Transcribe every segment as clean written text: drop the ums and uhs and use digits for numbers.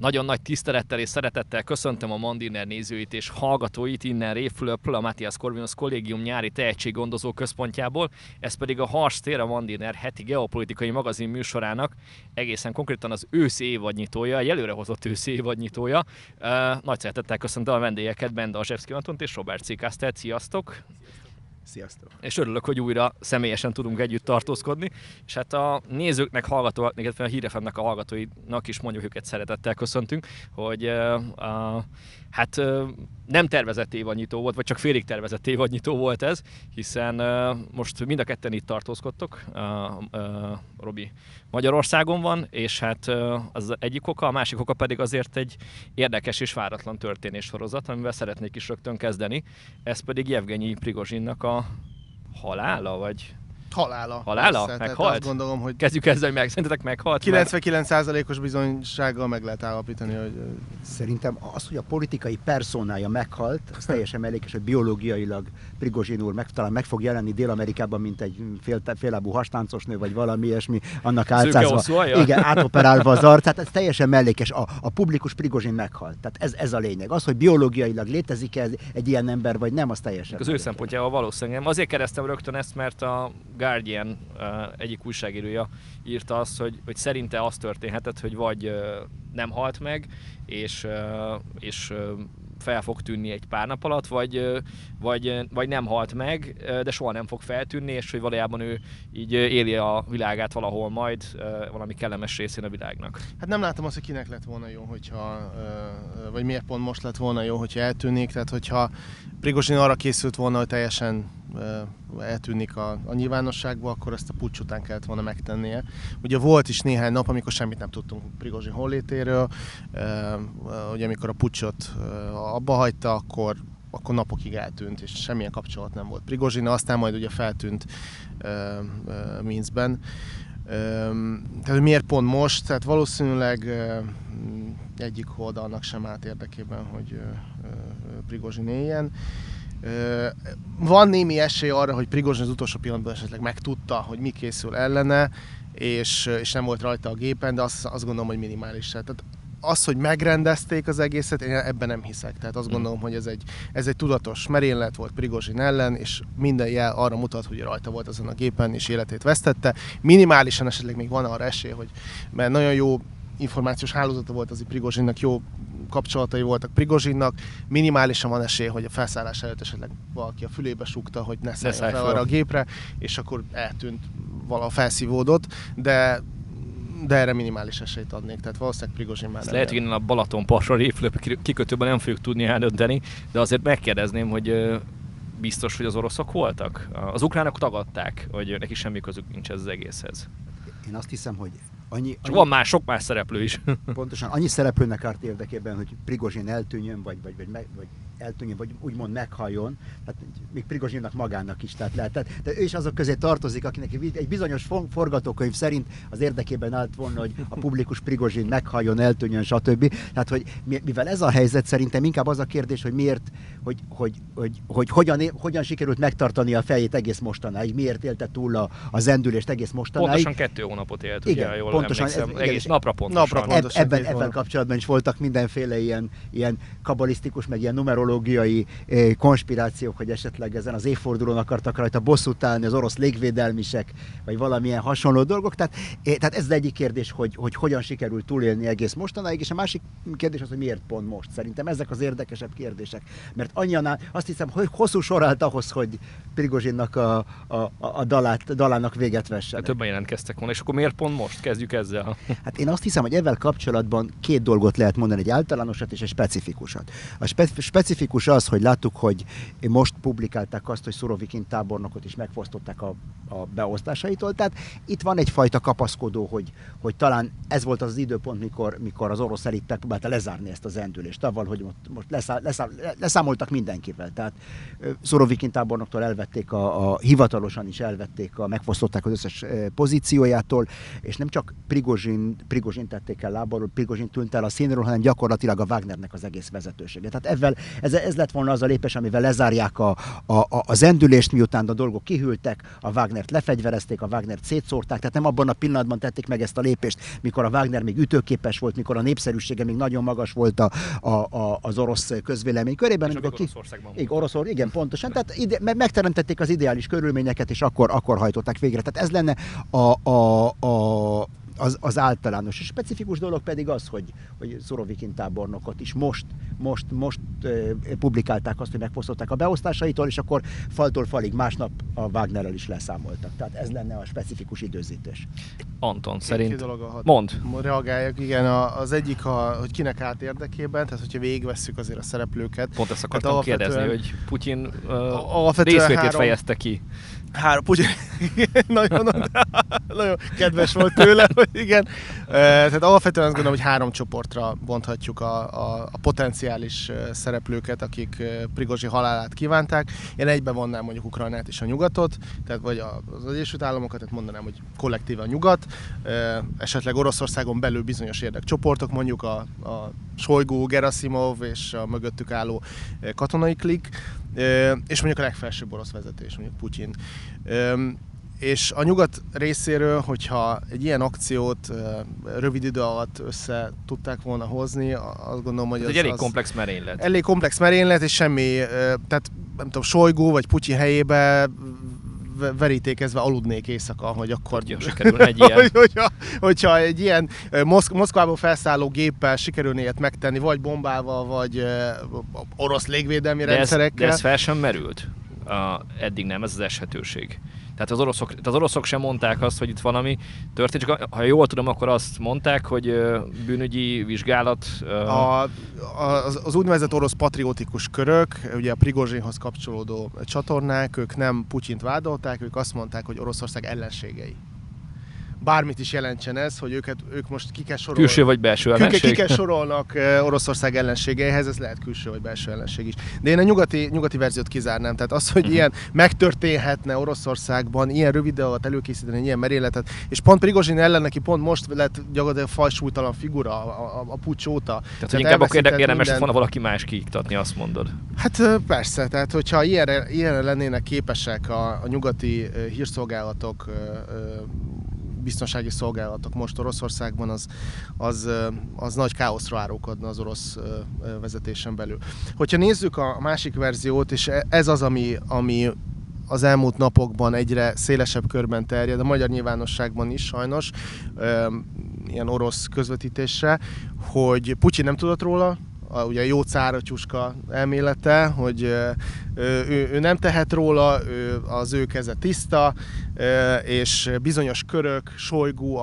Nagyon nagy tisztelettel és szeretettel köszöntöm a Mandiner nézőit és hallgatóit innen Révfülöpről, a Matthias Corvinus Kollégium nyári tehetséggondozó központjából. Ez pedig a Harc tér, a Mandiner heti geopolitikai magazin műsorának egészen konkrétan az őszi évadnyitója, egy előrehozott őszi évadnyitója. Nagy szeretettel köszöntöm a vendégeket, Benda Azsevszky Antont és Robert C. Kastet. Sziasztok! Sziasztok! És örülök, hogy újra személyesen tudunk együtt tartózkodni, és hát a nézőknek, hallgatóknak, illetve a Hír FM-nek a hallgatóinak is mondjuk őket szeretettel köszöntünk, hogy nem tervezett évadnyitó volt, vagy csak félig tervezett évadnyitó volt ez, hiszen most mind a ketten itt tartózkodtok, Robi Magyarországon van, és hát az egyik oka, a másik oka pedig azért egy érdekes és váratlan történéssorozat, amivel szeretnék is rögtön kezdeni, ez pedig Jevgenyi Prigozsinnak a halála, vagy... Halála? Persze, meghalt? Azt gondolom, hogy kezdjük ezzel, hogy szerintetek meghalt? 99%-os bizonysággal meg lehet állapítani, hogy... Szerintem az, hogy a politikai personája meghalt, az teljesen mellékes, hogy biológiailag Prigozsin úr talán meg fog jelenni Dél-Amerikában, mint egy féllábú hastáncos nő, vagy valami ilyesmi, annak álcázva. Igen, átoperálva az arc, tehát ez teljesen mellékes. A publikus Prigozsin meghalt. Tehát ez a lényeg. Az, hogy biológiailag létezik egy ilyen ember, vagy nem, az teljesen. Az ő szempontjából valószínűleg. Azért kérdeztem rögtön ezt, mert a Guardian egyik újságírója írta azt, hogy szerinte az történhetett, hogy vagy nem halt meg, és fel fog tűnni egy pár nap alatt, vagy nem halt meg, de soha nem fog feltűnni, és hogy valójában ő így éli a világát valahol majd valami kellemes részén a világnak. Hát nem látom azt, hogy kinek lett volna jó, hogyha, vagy miért pont most lett volna jó, hogyha eltűnik, tehát hogyha Prigozsin arra készült volna, hogy teljesen eltűnik a nyilvánosságba, akkor ezt a puccs után kellett volna megtennie. Ugye volt is néhány nap, amikor semmit nem tudtunk Prigozsin hollétéről, ugye amikor a puccsot abba hagyta, akkor napokig eltűnt, és semmilyen kapcsolat nem volt Prigozsin, aztán majd ugye feltűnt Minszkben. Tehát miért pont most? Tehát valószínűleg egyik oldalnak sem állt érdekében, hogy Prigozsin éljen. Van némi esély arra, hogy Prigozsin az utolsó pillanatban esetleg megtudta, hogy mi készül ellene, és nem volt rajta a gépen, de azt gondolom, hogy minimális. Tehát az, hogy megrendezték az egészet, én ebben nem hiszek. Tehát azt gondolom, hogy ez egy tudatos merénylet volt Prigozsin ellen, és minden jel arra mutat, hogy rajta volt azon a gépen, és életét vesztette. Minimálisan esetleg még van arra esély, mert nagyon jó információs hálózata volt az Prigozsinnak, jó kapcsolatai voltak Prigozsinnak, minimálisan van esély, hogy a felszállás előtt esetleg valaki a fülébe súgta, hogy ne szálljon fel arra a gépre, és akkor eltűnt, valaha felszívódott, de erre minimális esélyt adnék, tehát valószínűleg Prigozsin már nem. Lehet, hogy innen a Balatonpartra Révfülöp kikötőben nem fogjuk tudni eldönteni, de azért megkérdezném, hogy biztos, hogy az oroszok voltak? Az ukránok tagadták, hogy neki semmi közük nincs ez az egészhez. Én azt hiszem, hogy van sok más szereplő is. Pontosan, annyi szereplőnek árt érdekében, hogy Prigozsin eltűnjön, vagy eltűnjön, vagy úgymond meghalljon, tehát még Prigozsinnak magának is, tehát lehet. De ő is azok közé tartozik, akinek egy bizonyos forgatókönyv szerint az érdekében állt volna, hogy a publikus Prigozsin meghalljon, eltűnjön, stb. Tehát, hogy mivel ez a helyzet, szerintem inkább az a kérdés, hogy miért, hogy hogyan sikerült megtartani a fejét egész mostanáig, miért élte túl a zendülést egész mostanáig. Pontosan 2 hónapot élt, igen, ugye, jól pontosan, emlékszem, egész napra pontosan. Ebben kapcsolatban is voltak mindenféle ilyen kabalisztikus, meg ilyen numerológiai konspirációk, hogy esetleg ezen az évfordulón akartak rajta bosszút állni az orosz légvédelmisek, vagy valamilyen hasonló dolgok. Tehát ez az egyik kérdés, hogy hogyan sikerült túlélni egész mostanáig, és a másik kérdés az, hogy miért pont most. Szerintem ezek az érdekesebb kérdések. Mert annyian, azt hiszem, hogy hosszú sor állt ahhoz, hogy Prigozsinnak a dalának véget vessenek. Többen jelentkeztek volna, és akkor miért pont most? Kezdjük ezzel. Hát én azt hiszem, hogy ezzel kapcsolatban 2 dolgot lehet mondani, egy általánosat és egy specifikusat. A specifikus az, hogy láttuk, hogy most publikálták azt, hogy Szurovikin tábornokot is megfosztották a beosztásaitól. Tehát itt van egyfajta kapaszkodó, hogy talán ez volt az időpont, mikor az orosz elit próbálta lezárni ezt az endülést. Avval, hogy most leszámoltak mindenkivel. Tehát Szurovikin tábornoktól elvették hivatalosan is megfosztották az összes pozíciójától, és nem csak Prigozsin tették el lábalról, Prigozsin tűnt el a színről, hanem gyakorlatilag a Wagnernek az egész vezetősége. Tehát ez lett volna az a lépés, amivel lezárják az endülést, miután a dolgok kihűltek, a Wagner Wagnert lefegyverezték, a Wagnert szétszórták, tehát nem abban a pillanatban tették meg ezt a lépést, mikor a Wagner még ütőképes volt, mikor a népszerűsége még nagyon magas volt az orosz közvélemény körében. Igen, pontosan. Tehát megteremtették az ideális körülményeket, és akkor hajtották végre. Tehát ez lenne az általános. És specifikus dolog pedig az, hogy Surovikin tábornokot is most publikálták azt, hogy megfosztották a beosztásaitól, és akkor faltól falig másnap a Wagnerrel is leszámoltak. Tehát ez lenne a specifikus időzítés. Anton szerint. Mondd. Reagáljak, igen, az egyik, hogy kinek állt érdekében, tehát hogyha végigvesszük azért a szereplőket. Pont ezt akartam kérdezni, hogy Putyin részvétét fejezte ki. Putyin nagyon kedves volt tőle, hogy igen. Tehát alapvetően azt gondolom, hogy 3 csoportra bonthatjuk a potenciális szereplőket, akik Prigozsin halálát kívánták. Én egyben vonnám mondjuk Ukrajnát és a nyugatot, tehát vagy az Egyesült Államokat, tehát mondanám, hogy kollektíve a nyugat, esetleg Oroszországon belül bizonyos érdekcsoportok, mondjuk a Shoigu, Gerasimov és a mögöttük álló katonai klik, és mondjuk a legfelsőbb orosz vezetés, mondjuk Putyin. És a nyugat részéről, hogyha egy ilyen akciót rövid idő alatt össze tudták volna hozni, azt gondolom, hogy egy elég komplex merénylet. Elég komplex merénylet, és semmi, tehát nem tudom, Shoigu vagy Putyin helyébe verítékezve aludnék éjszaka, hogy akkor... Sikerülne egy ilyen... hogyha egy ilyen Moszkvából felszálló géppel sikerülne ilyet megtenni, vagy bombával, vagy orosz légvédelmi rendszerekkel. De ez fel sem merült. Eddig nem, ez az eshetőség. Tehát az oroszok sem mondták azt, hogy itt valami történt, csak ha jól tudom, akkor azt mondták, hogy bűnügyi vizsgálat... Az úgynevezett orosz patriotikus körök, ugye a Prigozsinhoz kapcsolódó csatornák, ők nem Putyint vádolták, ők azt mondták, hogy Oroszország ellenségei. Bármit is jelentsen ez, hogy ők most ki kell sorolni. Külső vagy belső ellenség? Ki kell sorolnak Oroszország ellenségeihez, ez lehet külső vagy belső ellenség is. De én a nyugati verziót kizárnám. Tehát az, hogy ilyen megtörténhetne Oroszországban, ilyen rövid idő alatt előkészíteni ilyen merényletet, és pont Prigozsin ellen neki pont most lett gyakorlatilag fajsúlytalan figura a puccs óta. Tehát inkább akkor érdemes volna valaki más kiiktatni, azt mondod? Hát persze, tehát hogyha ilyenre lennének képesek a nyugati hírszolgálatok, biztonsági szolgálatok most Oroszországban, az nagy káoszra árulkodna az orosz vezetésen belül. Hogyha nézzük a másik verziót, és ez az, ami az elmúlt napokban egyre szélesebb körben terjed, a magyar nyilvánosságban is sajnos, ilyen orosz közvetítéssel, hogy Putyin nem tudott róla, ugye a jó cáratyuska elmélete, hogy ő nem tehet róla, az ő keze tiszta, és bizonyos körök, Shoigu,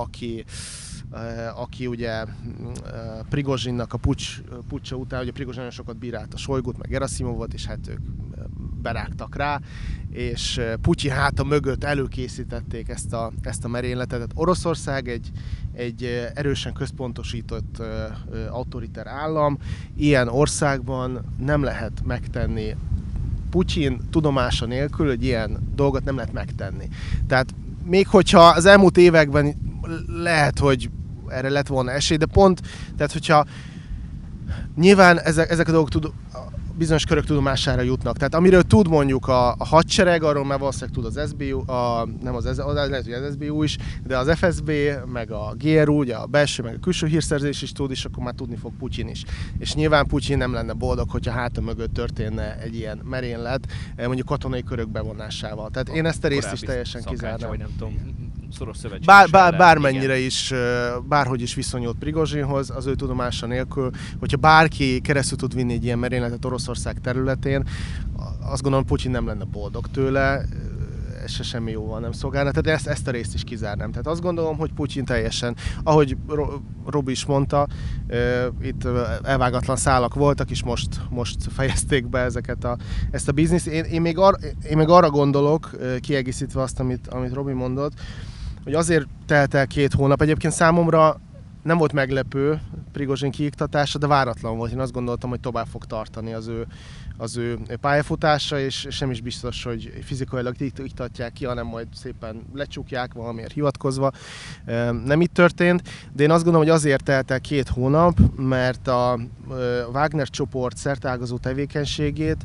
aki ugye Prigozsinnak a puccsa után, ugye Prigozsin nagyon sokat bírálta Shoigut, meg Gerasimovot, és hát ők berágtak rá, és Putyin háta mögött előkészítették ezt a merényletet. Tehát Oroszország egy erősen központosított autoriter állam, ilyen országban nem lehet megtenni, Putyin tudomása nélkül egy ilyen dolgot nem lehet megtenni. Tehát még hogyha az elmúlt években lehet, hogy erre lett volna esély, de pont, tehát hogyha nyilván ezek a dolgok bizonyos körök tudomására jutnak. Tehát amiről tud mondjuk a hadsereg, arról már valószínűleg tud az SBU, lehet, hogy az SBU is, de az FSB, meg a GRU, ugye a belső, meg a külső hírszerzés is tud, és akkor már tudni fog Putyin is. És nyilván Putyin nem lenne boldog, hogyha háta mögött történne egy ilyen merénylet, mondjuk katonai körök bevonásával. Tehát én ezt a részt is teljesen kizárnám. Vagy nem tudom, szoros szövetséges bármennyire is, bárhogy is viszonyult Prigozsinhoz, az ő tudomása nélkül, hogyha bárki keresztül tud vinni egy ilyen merényletet Oroszország területén, azt gondolom, Putyin nem lenne boldog tőle, ez se semmi jóval nem szolgálna, tehát ezt a részt is kizárnám. Tehát azt gondolom, hogy Putyin teljesen, ahogy Robi is mondta, itt elvágatlan szálak voltak, és most fejezték be ezt a bizniszt. Én még arra gondolok, kiegészítve azt, amit Robi mondott, hogy azért telt el 2 hónap. Egyébként számomra nem volt meglepő Prigozsin kiiktatása, de váratlan volt. Én azt gondoltam, hogy tovább fog tartani az ő pályafutása, és sem is biztos, hogy fizikailag iktatják ki, hanem majd szépen lecsukják valamiért hivatkozva. Nem így történt, de én azt gondolom, hogy azért telt el 2 hónap, mert Wagner csoport szerteágazó tevékenységét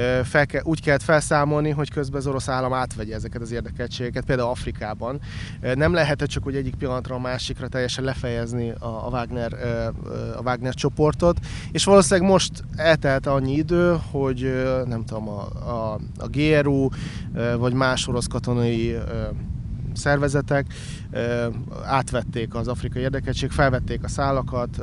úgy kellett felszámolni, hogy közben az orosz állam átvegye ezeket az érdekeltségeket, például Afrikában. Nem lehetett csak úgy egyik pillanatra a másikra teljesen lefejezni a Wagner csoportot, és valószínűleg most eltelt annyi idő, hogy nem tudom, a GRU vagy más orosz katonai szervezetek átvették az afrikai érdekeltség, felvették a szálakat,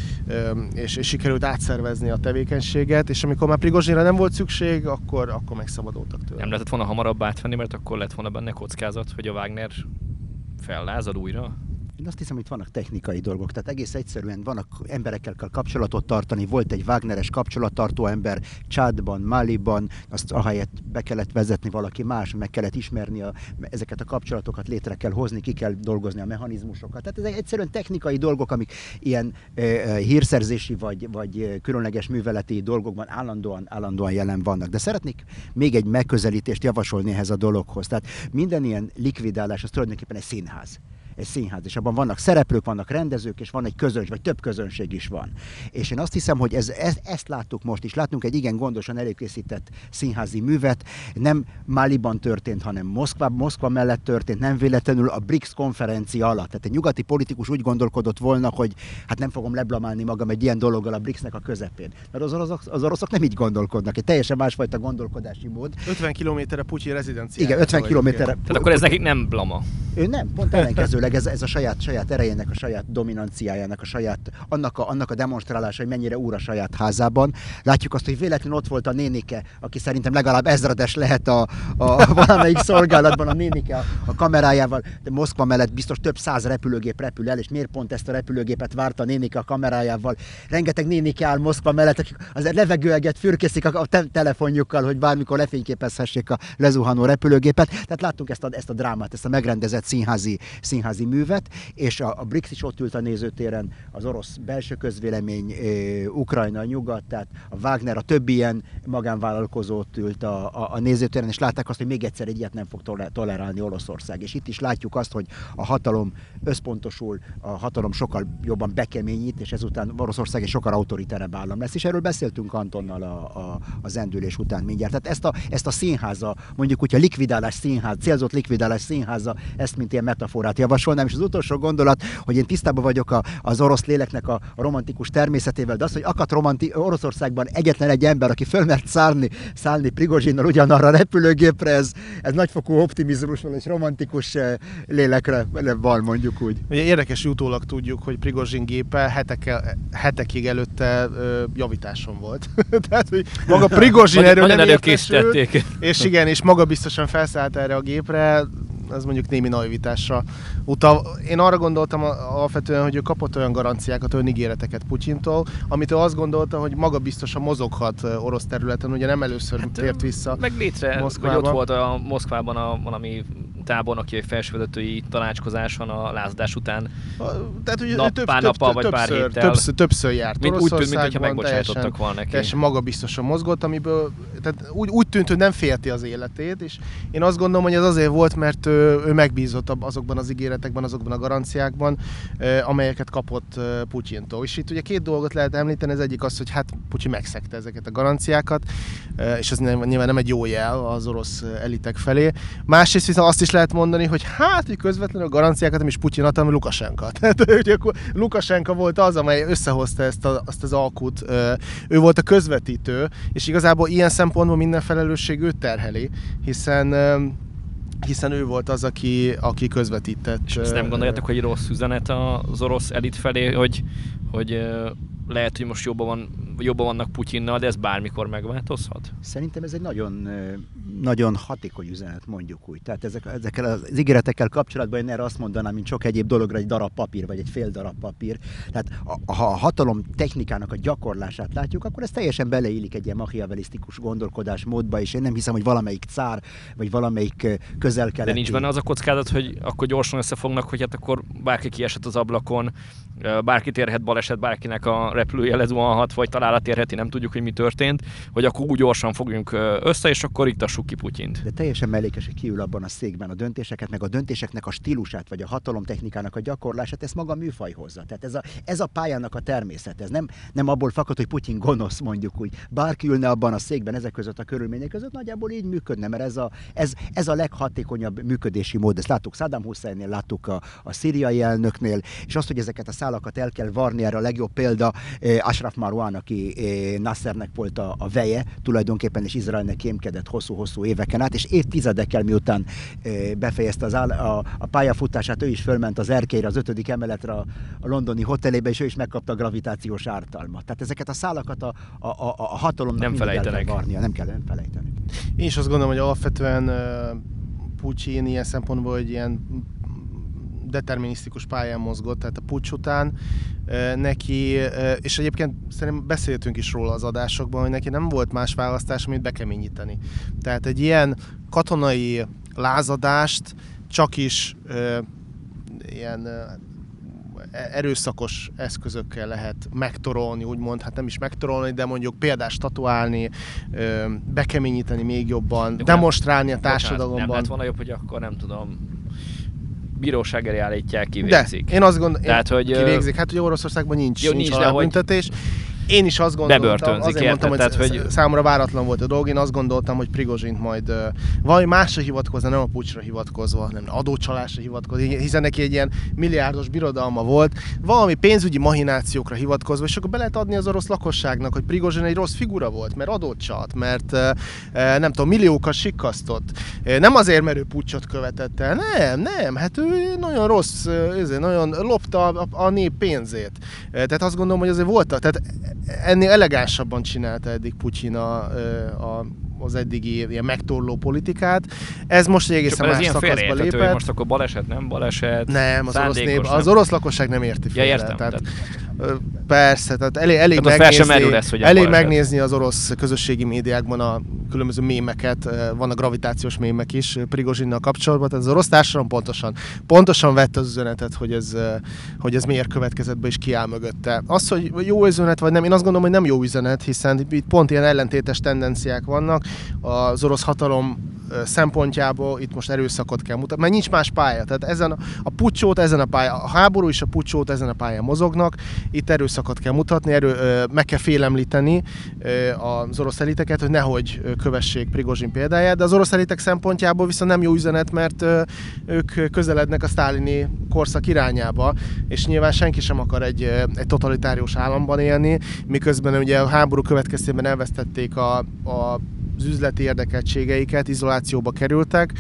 és sikerült átszervezni a tevékenységet, és amikor már Prigozsinra nem volt szükség, akkor megszabadultak tőle. Nem lehetett volna hamarabb átvenni, mert akkor lett volna benne kockázat, hogy a Wagner fellázad újra? Én azt hiszem, hogy vannak technikai dolgok, tehát egész egyszerűen vannak emberekkel kell kapcsolatot tartani. Volt egy Wagneres kapcsolattartó ember Csádban, Maliban, azt ahelyett be kellett vezetni valaki más, meg kellett ismerni ezeket a kapcsolatokat, létre kell hozni, ki kell dolgozni a mechanizmusokat. Tehát ezek egyszerűen technikai dolgok, amik ilyen hírszerzési vagy különleges műveleti dolgokban állandóan jelen vannak. De szeretnék még egy megközelítést javasolni ehhez a dologhoz. Tehát minden ilyen likvidálás az tulajdonképpen egy színház. Egy színház, és abban vannak szereplők, vannak rendezők, és van egy közönség, vagy több közönség is van. És én azt hiszem, hogy ezt láttuk most is. Látunk egy igen gondosan előkészített színházi művet. Nem Maliban történt, hanem Moszkva mellett történt, nem véletlenül a BRICS konferencia alatt. Tehát egy nyugati politikus úgy gondolkodott volna, hogy hát nem fogom leblamálni magam egy ilyen dologgal a BRICS-nek a közepén. Mert az oroszok nem így gondolkodnak, egy teljesen másfajta gondolkodási mód. 50 kilométerre Putyin rezidenciája. Igen, 50 kilométerre. Tehát akkor ez nekik nem blama. Ő nem, pont ellenkezőleg ez a saját erejének, a saját dominanciájának, annak a demonstrálása, hogy mennyire úr a saját házában. Látjuk azt, hogy véletlenül ott volt a nénike, aki szerintem legalább ezredes lehet a valamelyik szolgálatban, a nénike a kamerájával, de Moszkva mellett biztos több száz repülőgép repül el, és miért pont ezt a repülőgépet várta a nénike a kamerájával. Rengeteg nénike áll Moszkva mellett, akik az levegőeget fürkészik a telefonjukkal, hogy bármikor lefényképezhessék a lezuhanó repülőgépet. Tehát láttunk ezt a drámát, ezt a megrendezett színházi művet, és a BRICS is ott ült a nézőtéren, az orosz belső közvélemény, Ukrajna, nyugat, tehát a Wagner, a többi ilyen magánvállalkozó ott ült a nézőtéren, és látták azt, hogy még egyszer egy ilyet nem fog tolerálni Oroszország. És itt is látjuk azt, hogy a hatalom összpontosul, a hatalom sokkal jobban bekeményít, és ezután Oroszország egy sokkal autoriterebb állam lesz. És erről beszéltünk Antonnal az endülés után mindjárt. Tehát ezt a színháza, mondjuk úgy a likvidálás színház, célzott likvidálás színháza, ezt mint ilyen metaforát javasolnám, és az utolsó gondolat, hogy én tisztában vagyok az orosz léleknek a romantikus természetével, de az, hogy akadt Oroszországban egyetlen egy ember, aki fölmert szállni Prigozsinnal ugyanarra a repülőgépre, ez nagyfokú optimizmusról és romantikus lélekre van, mondjuk úgy. Ugye érdekes, utólag tudjuk, hogy Prigozsin gépe hetekig előtte javításon volt. Tehát, hogy maga Prigozsin erről nem értesült, és igen, és maga biztosan felszállt erre a gépre, az mondjuk némi naivitásra utal. Én arra gondoltam alapvetően, hogy ő kapott olyan garanciákat, olyan ígéreteket Putyintól, amit ő azt gondolta, hogy maga biztosan mozoghat orosz területen, ugye nem először tért vissza meg létre, Moszkvába. hogy ott volt a Moszkvában valami tábornoki vagy felsővezetői tanácskozáson a lázadás után. Tehát ugye pár nappal vagy pár héttel. Többször járt Oroszországban. Úgy tűnt, mintha megbocsátottak volna neki. Teljesen maga biztosan mozgott, amiből tehát úgy tűnt, hogy nem félti az életét, és én azt gondolom, hogy ez azért volt, mert ő megbízott azokban az ígéretekben, azokban a garanciákban, amelyeket kapott Putyintól. És itt ugye két dolgot lehet említeni, az egyik az, hogy hát Putyin megszegte ezeket a garanciákat, és ez nyilván nem egy jó jel az orosz elitek felé. Másrészt viszont azt is lehet mondani, hogy hát, hogy közvetlenül a garanciákat nem is Putyin adta, hanem Lukasenka. Tehát ugye Lukasenka volt az, amely összehozta azt az alkut. Ő volt a közvetítő, és igazából ilyen szempontból minden felelősség őt terheli, hiszen ő volt az, aki közvetített. És ezt nem gondoljátok, hogy rossz üzenet az orosz elit felé, hogy lehet, hogy most jobban vannak Putyinnal, de ez bármikor megváltozhat? Szerintem ez egy nagyon hatékony üzenet, mondjuk úgy. Tehát ezekkel az ígéretekkel kapcsolatban én erre azt mondanám, mint sok egyéb dologra egy darab papír, vagy egy fél darab papír. Tehát ha a hatalom technikának a gyakorlását látjuk, akkor ez teljesen beleillik egy ilyen machiavellisztikus gondolkodásmódba, és én nem hiszem, hogy valamelyik cár, vagy valamelyik közel-keleti... De nincs benne az a kockázat, hogy akkor gyorsan összefognak, hogy hát akkor bárki kiesett az ablakon, bárkit érhet baleset, bárkinek a repülője lezuhanhat, vagy találhat halála érheti, nem tudjuk, hogy mi történt, hogy akkor úgy gyorsan fogjunk össze, és akkor iktassuk ki Putyint. De teljesen mellékes, hogy kiül abban a székben a döntéseket, meg a döntéseknek a stílusát, vagy a hatalomtechnikának a gyakorlását, ezt maga műfaj hozza. Tehát ez a pályának a természet. Ez nem abból fakad, hogy Putyin gonosz, mondjuk úgy. Bárki ülne abban a székben, ezek között a körülmények között, nagyjából így működne, mert ez a leghatékonyabb működési mód. Ezt láttuk Saddam Husseinnél, láttuk a szíriai elnöknél, és azt, hogy ezeket a szálakat el kell varni, erre a legjobb példa Ashraf Marwan, aki Nassernek volt a veje, tulajdonképpen is Izraelnek kémkedett hosszú-hosszú éveken át, és évtizedekkel miután befejezte a pályafutását, ő is fölment az erkélyre, az 5. emeletre a londoni hotelébe, és ő is megkapta a gravitációs ártalmat. Tehát ezeket a szálakat a hatalomnak nem felejtenek. Nem kell felejteni. Én is azt gondolom, hogy alapvetően Putyin ilyen szempontból, hogy ilyen determinisztikus pályán mozgott, tehát a puccs után neki, és egyébként szerintem beszéltünk is róla az adásokban, hogy neki nem volt más választás, mint bekeményíteni. Tehát egy ilyen katonai lázadást csak is ilyen erőszakos eszközökkel lehet megtorolni, úgymond, hát nem is megtorolni, de mondjuk például statuálni, bekeményíteni még jobban, demonstrálni a társadalomban. Nem lett volna jobb, hogy akkor nem tudom, bíróság elé állítják, kivégzik. De én azt gondolom, tehát, hogy kivégzik, hát ugye Oroszországban nincs halálbüntetés. Én is azt gondoltam, azért mondtam, hogy számomra váratlan volt a dolog, én azt gondoltam, hogy Prigozsint majd valami másra hivatkozna, nem a puccsra hivatkozva, hanem adócsalásra hivatkozva, hiszen neki egy ilyen milliárdos birodalma volt, valami pénzügyi mahinációkra hivatkozva, és akkor be lehet adni az orosz lakosságnak, hogy Prigozsin egy rossz figura volt, mert adót csalt, mert nem tudom, milliókat sikkasztott. Nem azért, mert ő puccsot követett el, nem, hát ő nagyon rossz, nagyon lopta a nép pénzét. Tehát azt gondolom, hogy azért voltak, tehát ennél elegánsabban csinálta eddig Putyin az eddigi ilyen megtorló politikát. Ez most egy egészen más szakaszba lépett. Most akkor baleset, nem baleset? Nem, az orosz lakosság nem érti félre. Ja, értem. Tehát, persze, tehát elég megnézni az orosz közösségi médiákban a különböző mémeket, vannak gravitációs mémek is Prigozsinnal kapcsolatban, tehát az orosz társadalom pontosan vette az üzenetet, hogy ez miért következett be és ki áll mögötte. Az, hogy jó üzenet vagy nem, én azt gondolom, hogy nem jó üzenet, hiszen itt pont ilyen ellentétes tendenciák vannak. Az orosz hatalom szempontjából itt most erőszakot kell mutatni, mert nincs más pálya. Tehát ezen a puccsót, ezen a pálya, a háború és a puccsót ezen a pályán mozognak, itt erőszakot kell mutatni, meg kell félemlíteni az orosz eliteket, hogy nehogy kövessék Prigozsin példáját, de az orosz elitek szempontjából viszont nem jó üzenet, mert ők közelednek a sztálini korszak irányába, és nyilván senki sem akar egy totalitárius államban élni, miközben ugye a háború következtében elvesztették az üzleti érdekeltségeiket, izolációba kerültek,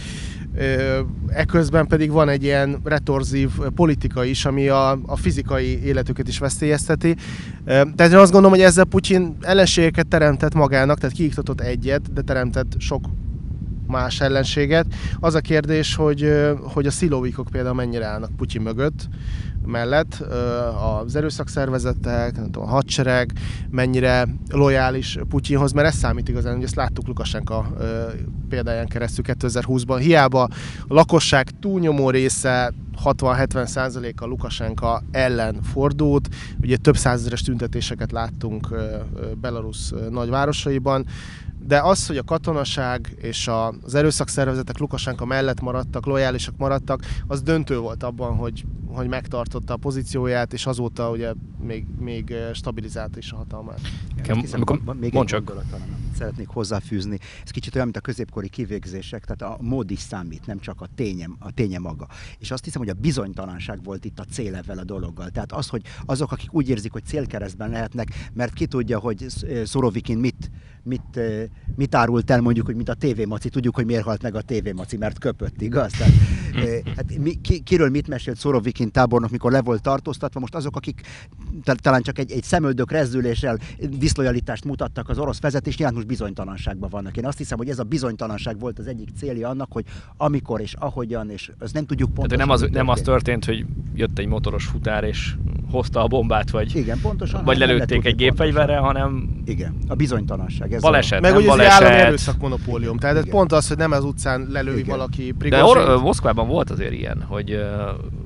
eközben pedig van egy ilyen retorzív politika is, ami a fizikai életüket is veszélyezteti. Tehát én azt gondolom, hogy ezzel Putyin ellenségeket teremtett magának, tehát kiiktatott egyet, de teremtett sok más ellenséget. Az a kérdés, hogy a szilovikok például mennyire állnak Putyin mellett, az erőszakszervezetek, a hadsereg mennyire lojális Putyinhoz, mert ez számít igazán, hogy ezt láttuk Lukasenka példáján keresztül 2020-ban. Hiába a lakosság túlnyomó része 60-70%-a Lukasenka ellen fordult, ugye több százezeres tüntetéseket láttunk Belarus nagyvárosaiban, de az, hogy a katonaság és az erőszakszervezetek Lukasenka mellett maradtak, lojálisak maradtak, az döntő volt abban, hogy megtartotta a pozícióját, és azóta ugye még stabilizálta is a hatalmát. Még egy gondolatot szeretnék hozzáfűzni. Ez kicsit olyan, mint a középkori kivégzések, tehát a mód is számít, nem csak a ténye maga. És azt hiszem, hogy a bizonytalanság volt itt a cél ezzel a dologgal. Tehát az, hogy azok, akik úgy érzik, hogy célkeresztben lehetnek, mert ki tudja, hogy Szorovikin mit árult el, mondjuk, hogy mint a TV-maci, tudjuk, hogy miért halt meg a TV-maci, mert köpött, igaz? Tehát, hát kiről mit mesélt Szorovikin tábornok, mikor le volt tartóztatva, most azok, akik talán csak egy szemöldök rezdüléssel diszlojalitást mutattak az orosz vezetés, nyilván most bizonytalanságban vannak. Én azt hiszem, hogy ez a bizonytalanság volt az egyik célja annak, hogy amikor és ahogyan, és azt nem tudjuk pontosan. Tehát nem az történt, hogy jött egy motoros futár és hozta a bombát, vagy, igen, pontosan, vagy lelőtték egy gépfegyverrel, hanem igen, a bizonytalanság. Ez baleset, meg nem ugye baleset. Ez az állami erőszakmonopólium. Tehát igen. Pont az, hogy nem az utcán lelői valaki Prigozsint. De Moszkvában volt azért ilyen, hogy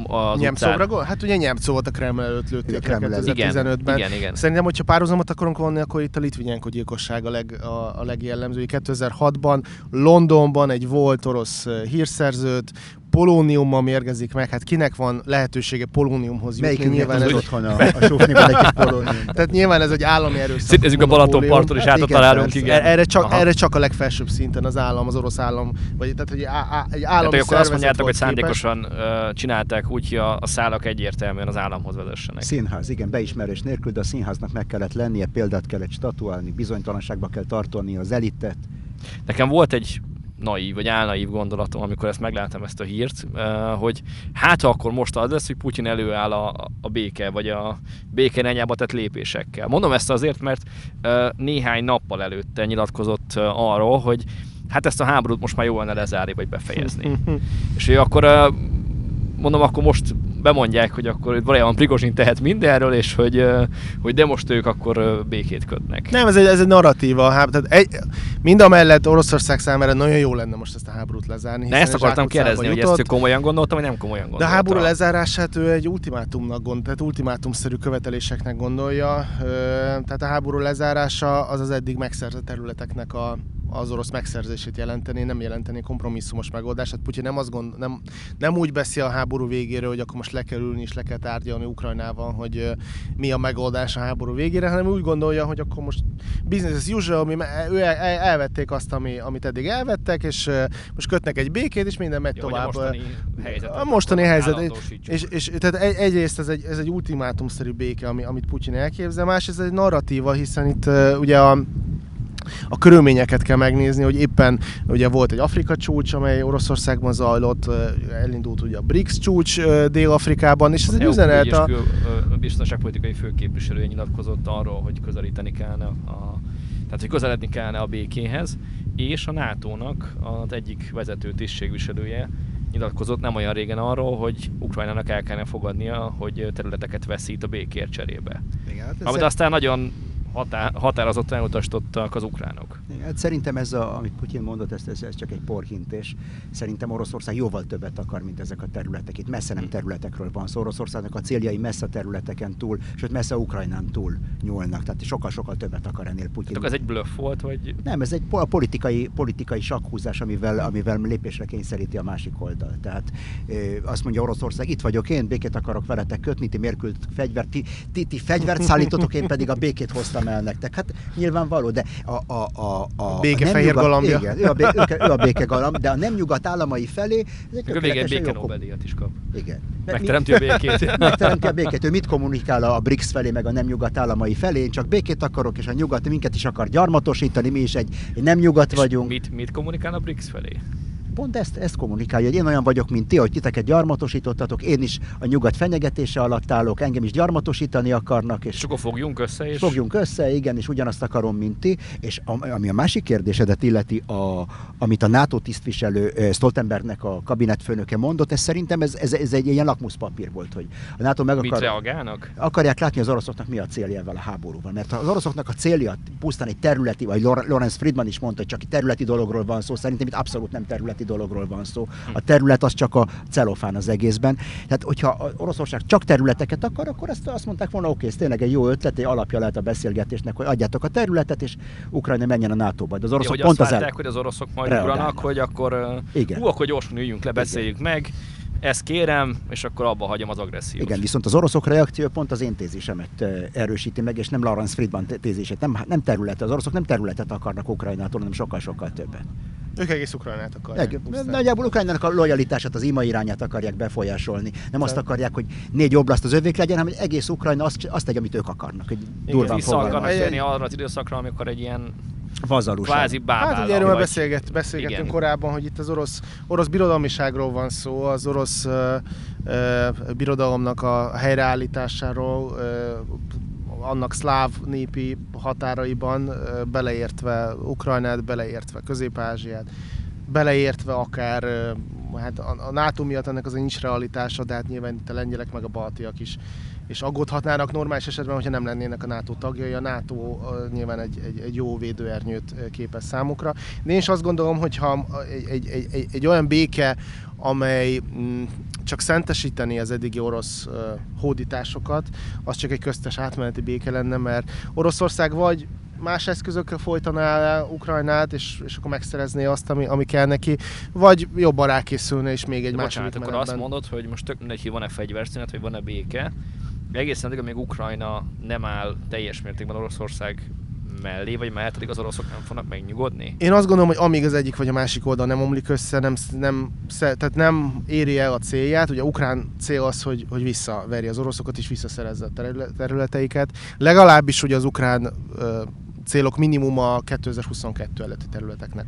az Nyemcovra? Hát ugye Nyemcov volt a Kreml előtt lőtték 2015-ben. Igen. Szerintem, hogyha párhuzamot akarunk vonni, akkor itt a Litvinenko gyilkosság a legjellemző. 2006-ban Londonban egy volt orosz hírszerzőt polóniummal mérgezik meg, hát kinek van lehetősége polóniumhoz jutni? Nyilván ez otthon a sófniban egy polónium. Tehát nyilván ez egy állami erőszak. Szintezünk a Balatonparton is találunk, igen. Erre csak a legfelsőbb szinten az állam, az orosz állam, vagy tehát hogy egy állami tehát akkor azt mondjátok, hogy képes. szándékosan csinálták úgy, hogy a szálak egyértelműen az államhoz vezessenek. Színház, igen, beismerés nélkül, de a színháznak meg kellett lennie, példát kellett statuálni, bizonytalanságba kell tartani az elitet. Nekem volt egy naív, vagy álnaív gondolatom, amikor ezt megláttam ezt a hírt, hogy hát akkor most az lesz, hogy Putyin előáll a béke, vagy a béke irányába tett lépésekkel. Mondom ezt azért, mert néhány nappal előtte nyilatkozott arról, hogy hát ezt a háborút most már jól lenne lezárni, vagy befejezni. És ő akkor mondom, akkor most bemondják, hogy akkor valójában Prigozsin tehet mindenről, és hogy de most ők akkor békét kötnek. Nem, ez egy narratíva. Mind a mellett Oroszország számára nagyon jó lenne most ezt a háborút lezárni. De ezt akartam kérdezni, hogy ezt komolyan gondoltam, vagy nem komolyan gondoltam. De a háború lezárását ő egy ultimátumnak tehát ultimátumszerű követeléseknek gondolja. Tehát a háború lezárása az eddig megszerzett területeknek az orosz megszerzését jelenteni, nem jelenteni kompromisszumos megoldást. Hát Putyin nem úgy beszél a háború végéről, hogy akkor most le kell ülni és le kell tárgyalni Ukrajnával, hogy mi a megoldás a háború végére, hanem úgy gondolja, hogy akkor most business as usual, elvették azt, amit eddig elvettek, és most kötnek egy békét, és minden megy tovább. A mostani helyzet. És tehát egyrészt ez egy ultimátumszerű béke, amit Putyin elképzel, másrészt ez egy narratíva, hiszen itt ugye a körülményeket kell megnézni, hogy éppen ugye volt egy Afrika csúcs, amely Oroszországban zajlott, elindult ugye a BRICS csúcs Dél-Afrikában, és ez egy üzenet a biztonságpolitikai főképviselője nyilatkozott arról, hogy közelíteni kellene tehát hogy közeledni kellene a békéhez, és a NATO-nak az egyik vezető tisztségviselője nyilatkozott nem olyan régen arról, hogy Ukrajnának el kellene fogadnia, hogy területeket veszít a békért cserébe. Igen, hát amit aztán nagyon határozottan elutasítottak az ukránok. Hát szerintem amit Putyin mondott, ez csak egy porhintés. Szerintem Oroszország jóval többet akar, mint ezek a területek. Itt messze nem területekről van szó. Oroszországnak a céljai messze területeken túl, sőt messze Ukrajnán túl nyúlnak. Tehát sokkal-sokkal többet akar ennél Putyin. Tehát ez egy bluff volt, vagy? Nem, ez egy politikai sakkhúzás, amivel lépésre kényszeríti a másik oldal. Tehát azt mondja Oroszország, itt vagyok én, békét akarok veletek kötni, ti miért küldtök fegyvert, ti fegyvert szállítotok, én pedig a békét hoztam el nektek. Hát nyilvánvaló, de a békefehér galambja. Igen, ő a békegalamb, de a nem nyugat államai felé ez egy végén béke Nobel-díjat is kap. Igen. Megteremti a békét. Megteremti a békét. Ő mit kommunikál a BRICS felé, meg a nem nyugat államai felé? Én csak békét akarok, és a nyugat minket is akar gyarmatosítani, mi is egy nem nyugat vagyunk. Mit kommunikál a BRICS felé? Pont ezt kommunikálja, hogy én olyan vagyok, mint ti, hogy titeket gyarmatosítottatok, én is a nyugat fenyegetése alatt állok, engem is gyarmatosítani akarnak. És akkor fogjunk össze. Fogjunk össze, igen, és ugyanazt akarom, mint ti. És ami a másik kérdésedet illeti, amit a NATO tisztviselő Stoltenbergnek a kabinetfőnöke mondott, ez szerintem ez egy ilyen lakmuszpapír volt, hogy a NATO mit reagálnak? Akarják látni az oroszoknak mi a célja ezzel a háborúval. Mert az oroszoknak a célja pusztán egy területi, vagy Lawrence Friedman is mondta, hogy csak egy területi dologról van szó, szerintem itt abszolút nem területi dologról van szó. A terület az csak a celofán az egészben. Tehát, hogyha Oroszország csak területeket akar, akkor azt mondták volna, oké, ez tényleg egy jó ötlet, egy alapja lehet a beszélgetésnek, hogy adjátok a területet, és Ukrajna menjen a NATO-ba. De az oroszok pont azt várták, hogy az oroszok majd ugranak, hogy akkor akkor gyorsan üljünk le, beszéljük meg. Ezt kérem, és akkor abba hagyom az agressziót. Igen, viszont az oroszok reakció pont az én tézisemet erősíti meg, és nem Lawrence Friedman tézisét. Nem terület, az oroszok nem területet akarnak Ukrajnától, hanem sokkal-sokkal többet. Ők egész Ukrajnát akarják. Nagyjából Ukrajnának a lojalitását, az ima irányát akarják befolyásolni. Nem azt akarják, hogy 4 oblast az övék legyen, hanem hogy egész Ukrajna azt tegye, amit ők akarnak. Durván akarnak jönni arra az időszakra, amikor egy ilyen kvázi bábállam. Hát ugye erről beszélgettünk korábban, hogy itt az orosz birodalmiságról van szó, az orosz birodalomnak a helyreállításáról, annak szláv népi határaiban, beleértve Ukrajnát, beleértve Közép-Ázsiát, beleértve akár, hát a NATO miatt ennek az nincs realitása, de hát nyilván itt a lengyelek meg a baltiak is és aggódhatnának normális esetben, hogyha nem lennének a NATO tagjai. A NATO nyilván egy jó védőernyőt képez számukra. De én is azt gondolom, hogy ha egy olyan béke, amely csak szentesíteni az eddigi orosz hódításokat, az csak egy köztes átmeneti béke lenne, mert Oroszország vagy más eszközökkel folytaná el Ukrajnát, és akkor megszerezné azt, ami kell neki, vagy jobban rákészülne, és még egy második menetben. Akkor azt mondod, hogy most tök mindegy, hogy van-e fegyverszünet, vagy van-e béke, egészen addig, amíg Ukrajna nem áll teljes mértékben Oroszország mellé, vagy mellett, addig az oroszok nem fognak megnyugodni? Én azt gondolom, hogy amíg az egyik vagy a másik oldal nem omlik össze, tehát nem éri el a célját. Ugye ukrán cél az, hogy visszaveri az oroszokat és visszaszerezze a területeiket. Legalábbis ugye az ukrán célok minimuma 2022 előtti területeknek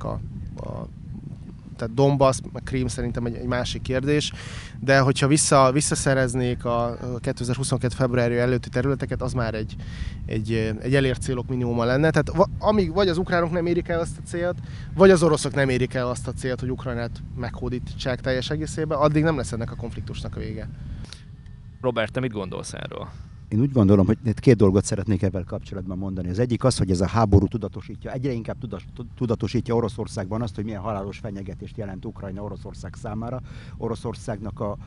tehát Donbass, meg Krím szerintem egy másik kérdés, de hogyha visszaszereznék a 2022 februárja előtti területeket, az már egy elért célok minimuma lenne. Tehát amíg vagy az ukránok nem érik el azt a célt, vagy az oroszok nem érik el azt a célt, hogy Ukrajnát meghódítsák teljes egészében, addig nem lesz ennek a konfliktusnak a vége. Robert, te mit gondolsz erről? Én úgy gondolom, hogy két dolgot szeretnék ebben kapcsolatban mondani. Az egyik az, hogy ez a háború tudatosítja, egyre inkább tudatosítja Oroszországban azt, hogy milyen halálos fenyegetést jelent Ukrajna Oroszország számára. Oroszországnak a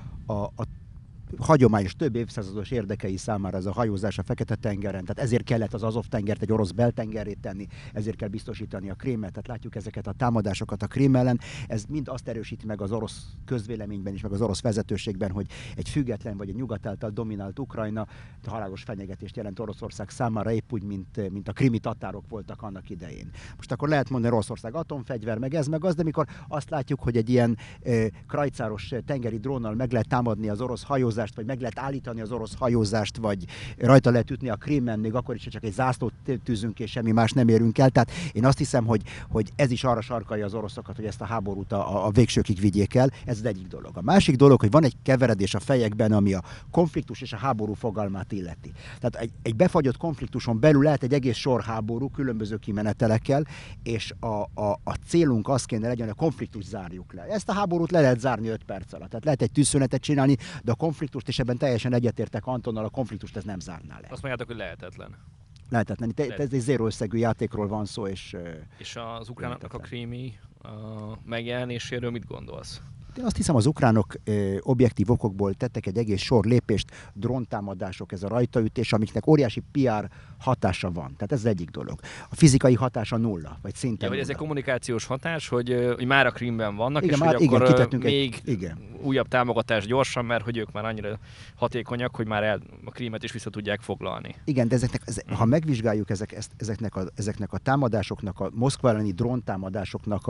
hagyományos, több évszázados érdekei számára ez a hajózás a Fekete-tengeren, tehát ezért kellett az Azov-tengert egy orosz beltengerré tenni, ezért kell biztosítani a Krímet, tehát látjuk ezeket a támadásokat a Krím ellen, ez mind azt erősíti meg az orosz közvéleményben is, meg az orosz vezetőségben, hogy egy független vagy egy nyugat által dominált Ukrajna halálos fenyegetést jelent Oroszország számára, épp úgy, mint a krimi tatárok voltak annak idején. Most akkor lehet mondani, Oroszország atomfegyver, meg ez, meg az, de mikor azt látjuk, hogy egy ilyen krajcáros tengeri drónnal meg lehet támadni az orosz hajózást, vagy meg lehet állítani az orosz hajózást, vagy rajta lehet ütni a Krímen, még akkor is, hogy csak egy zászlót tűzünk, és semmi más nem érünk el. Tehát én azt hiszem, hogy ez is arra sarkalja az oroszokat, hogy ezt a háborút a végsőkig vigyék el. Ez az egyik dolog. A másik dolog, hogy van egy keveredés a fejekben, ami a konfliktus és a háború fogalmát illeti. Tehát egy befagyott konfliktuson belül lehet egy egész sor háború különböző kimenetelekkel, és a célunk az kéne legyen, hogy a konfliktust zárjuk le. Ezt a háborút le lehet zárni 5 perc alatt. Tehát lehet egy tűzszünetet csinálni, de a konfliktust, és ebben teljesen egyetértek Antonnal, a konfliktust ez nem zárná le. Azt mondjátok, hogy lehetetlen. Lehetetlen. Ez egy zéró összegű játékról van szó, és az ukránoknak a krími megjelenéséről mit gondolsz? Én azt hiszem, az ukránok objektív okokból tettek egy egész sor lépést, dróntámadások, ez a rajtaütés, amiknek óriási PR hatása van. Tehát ez az egyik dolog. A fizikai hatása nulla, vagy szinte nulla. Vagy ez egy kommunikációs hatás, hogy már a Krímben vannak, igen, és már, hogy akkor kitettünk még újabb támogatás gyorsan, mert hogy ők már annyira hatékonyak, hogy már a Krímet is vissza tudják foglalni. Igen, de ha megvizsgáljuk ezeknek a támadásoknak, a Moszkva elleni dróntámadásoknak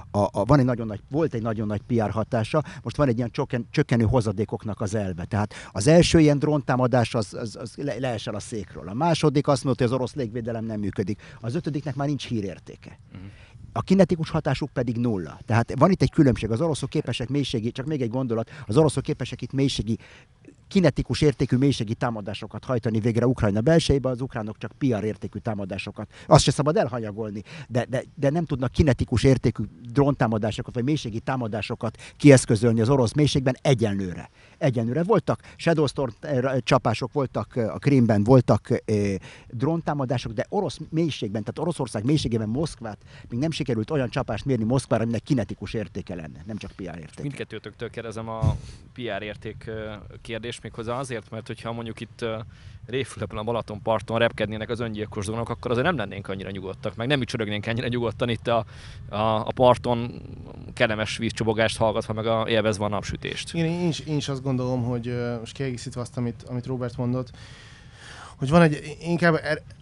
volt egy nagyon nagy PR hatása, most van egy ilyen csökkenő hozadékoknak az elve. Tehát az első ilyen dróntámadás az leesel a székről. A második azt mondta, hogy az orosz légvédelem nem működik. Az ötödiknek már nincs hírértéke. A kinetikus hatásuk pedig nulla. Tehát van itt egy különbség. Az oroszok képesek csak még egy gondolat, az oroszok képesek itt kinetikus értékű mélységi támadásokat hajtani végre Ukrajna belsejébe, az ukránok csak PR értékű támadásokat. Azt se szabad elhanyagolni, de nem tudnak kinetikus értékű dróntámadásokat vagy mélységi támadásokat kieszközölni az orosz mélységben egyenlőre. Voltak Shadow Storm csapások, voltak a Krímben, voltak dróntámadások, de orosz mélységben, tehát Oroszország mélységében Moszkvát még nem sikerült olyan csapást mérni Moszkvára, aminek kinetikus értéke lenne, nem csak PR értéke. Mindkettőtöktől kérdezem a PR érték kérdést, méghozzá azért, mert hogyha mondjuk itt Révfülöpön a Balatonparton repkednének az öngyilkos drónok, akkor azért nem lennénk annyira nyugodtak, meg nem is csörögnénk ennyire nyugodtan itt a parton kellemes vízcsobogást hallgatva, meg élvezve a napsütést. Én is azt gondolom, hogy most kiegészítve azt, amit Robert mondott, hogy van inkább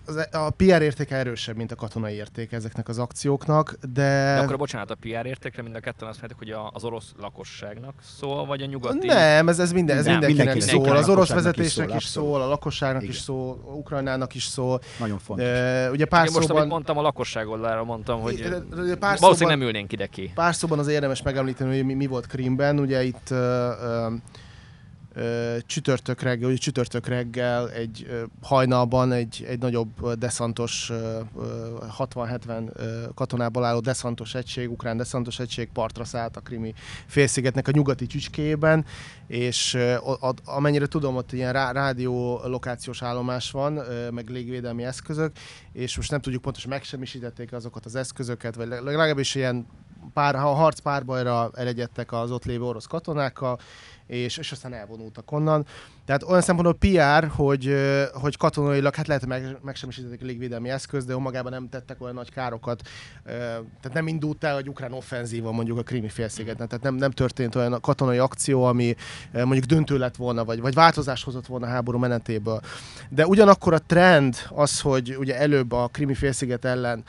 a PR értéke erősebb, mint a katonai értéke ezeknek az akcióknak, de akkor bocsánat, a PR értékre mind a ketten azt mondják, hogy az orosz lakosságnak szól, vagy a nyugati? Nem, ez mindenkinek szól. Az orosz vezetésnek is szól, a lakosságnak igen. is szól, Ukrajnának is szól. Nagyon fontos. Ugye pár most, szóban... amit mondtam, a lakosság oldalára mondtam, hogy valószínűleg nem ülnénk ide ki. Pár szóban az érdemes megemlíteni, hogy mi volt Krímben. Ugye itt csütörtök reggel egy hajnalban egy nagyobb deszantos, 60-70 katonából álló deszantos egység, ukrán deszantos egység partra szállt a Krimi félszigetnek a nyugati csücskében, és amennyire tudom, ott ilyen rádió-lokációs állomás van, meg légvédelmi eszközök, és most nem tudjuk pontosan, megsemmisítették azokat az eszközöket, vagy legalábbis ilyen harc párbajra elegyedtek az ott lévő orosz katonákkal, és aztán elvonultak onnan. Tehát olyan szempontból PR, hogy katonailag, hát lehet, hogy megsemmisítették a légvédelmi eszköz, de önmagában nem tettek olyan nagy károkat. Tehát nem indult el egy ukrán offenzíva mondjuk a Krimi félszigeten. Tehát nem történt olyan katonai akció, ami mondjuk döntő lett volna, vagy változást hozott volna a háború menetéből. De ugyanakkor a trend az, hogy ugye előbb a Krimi félsziget ellen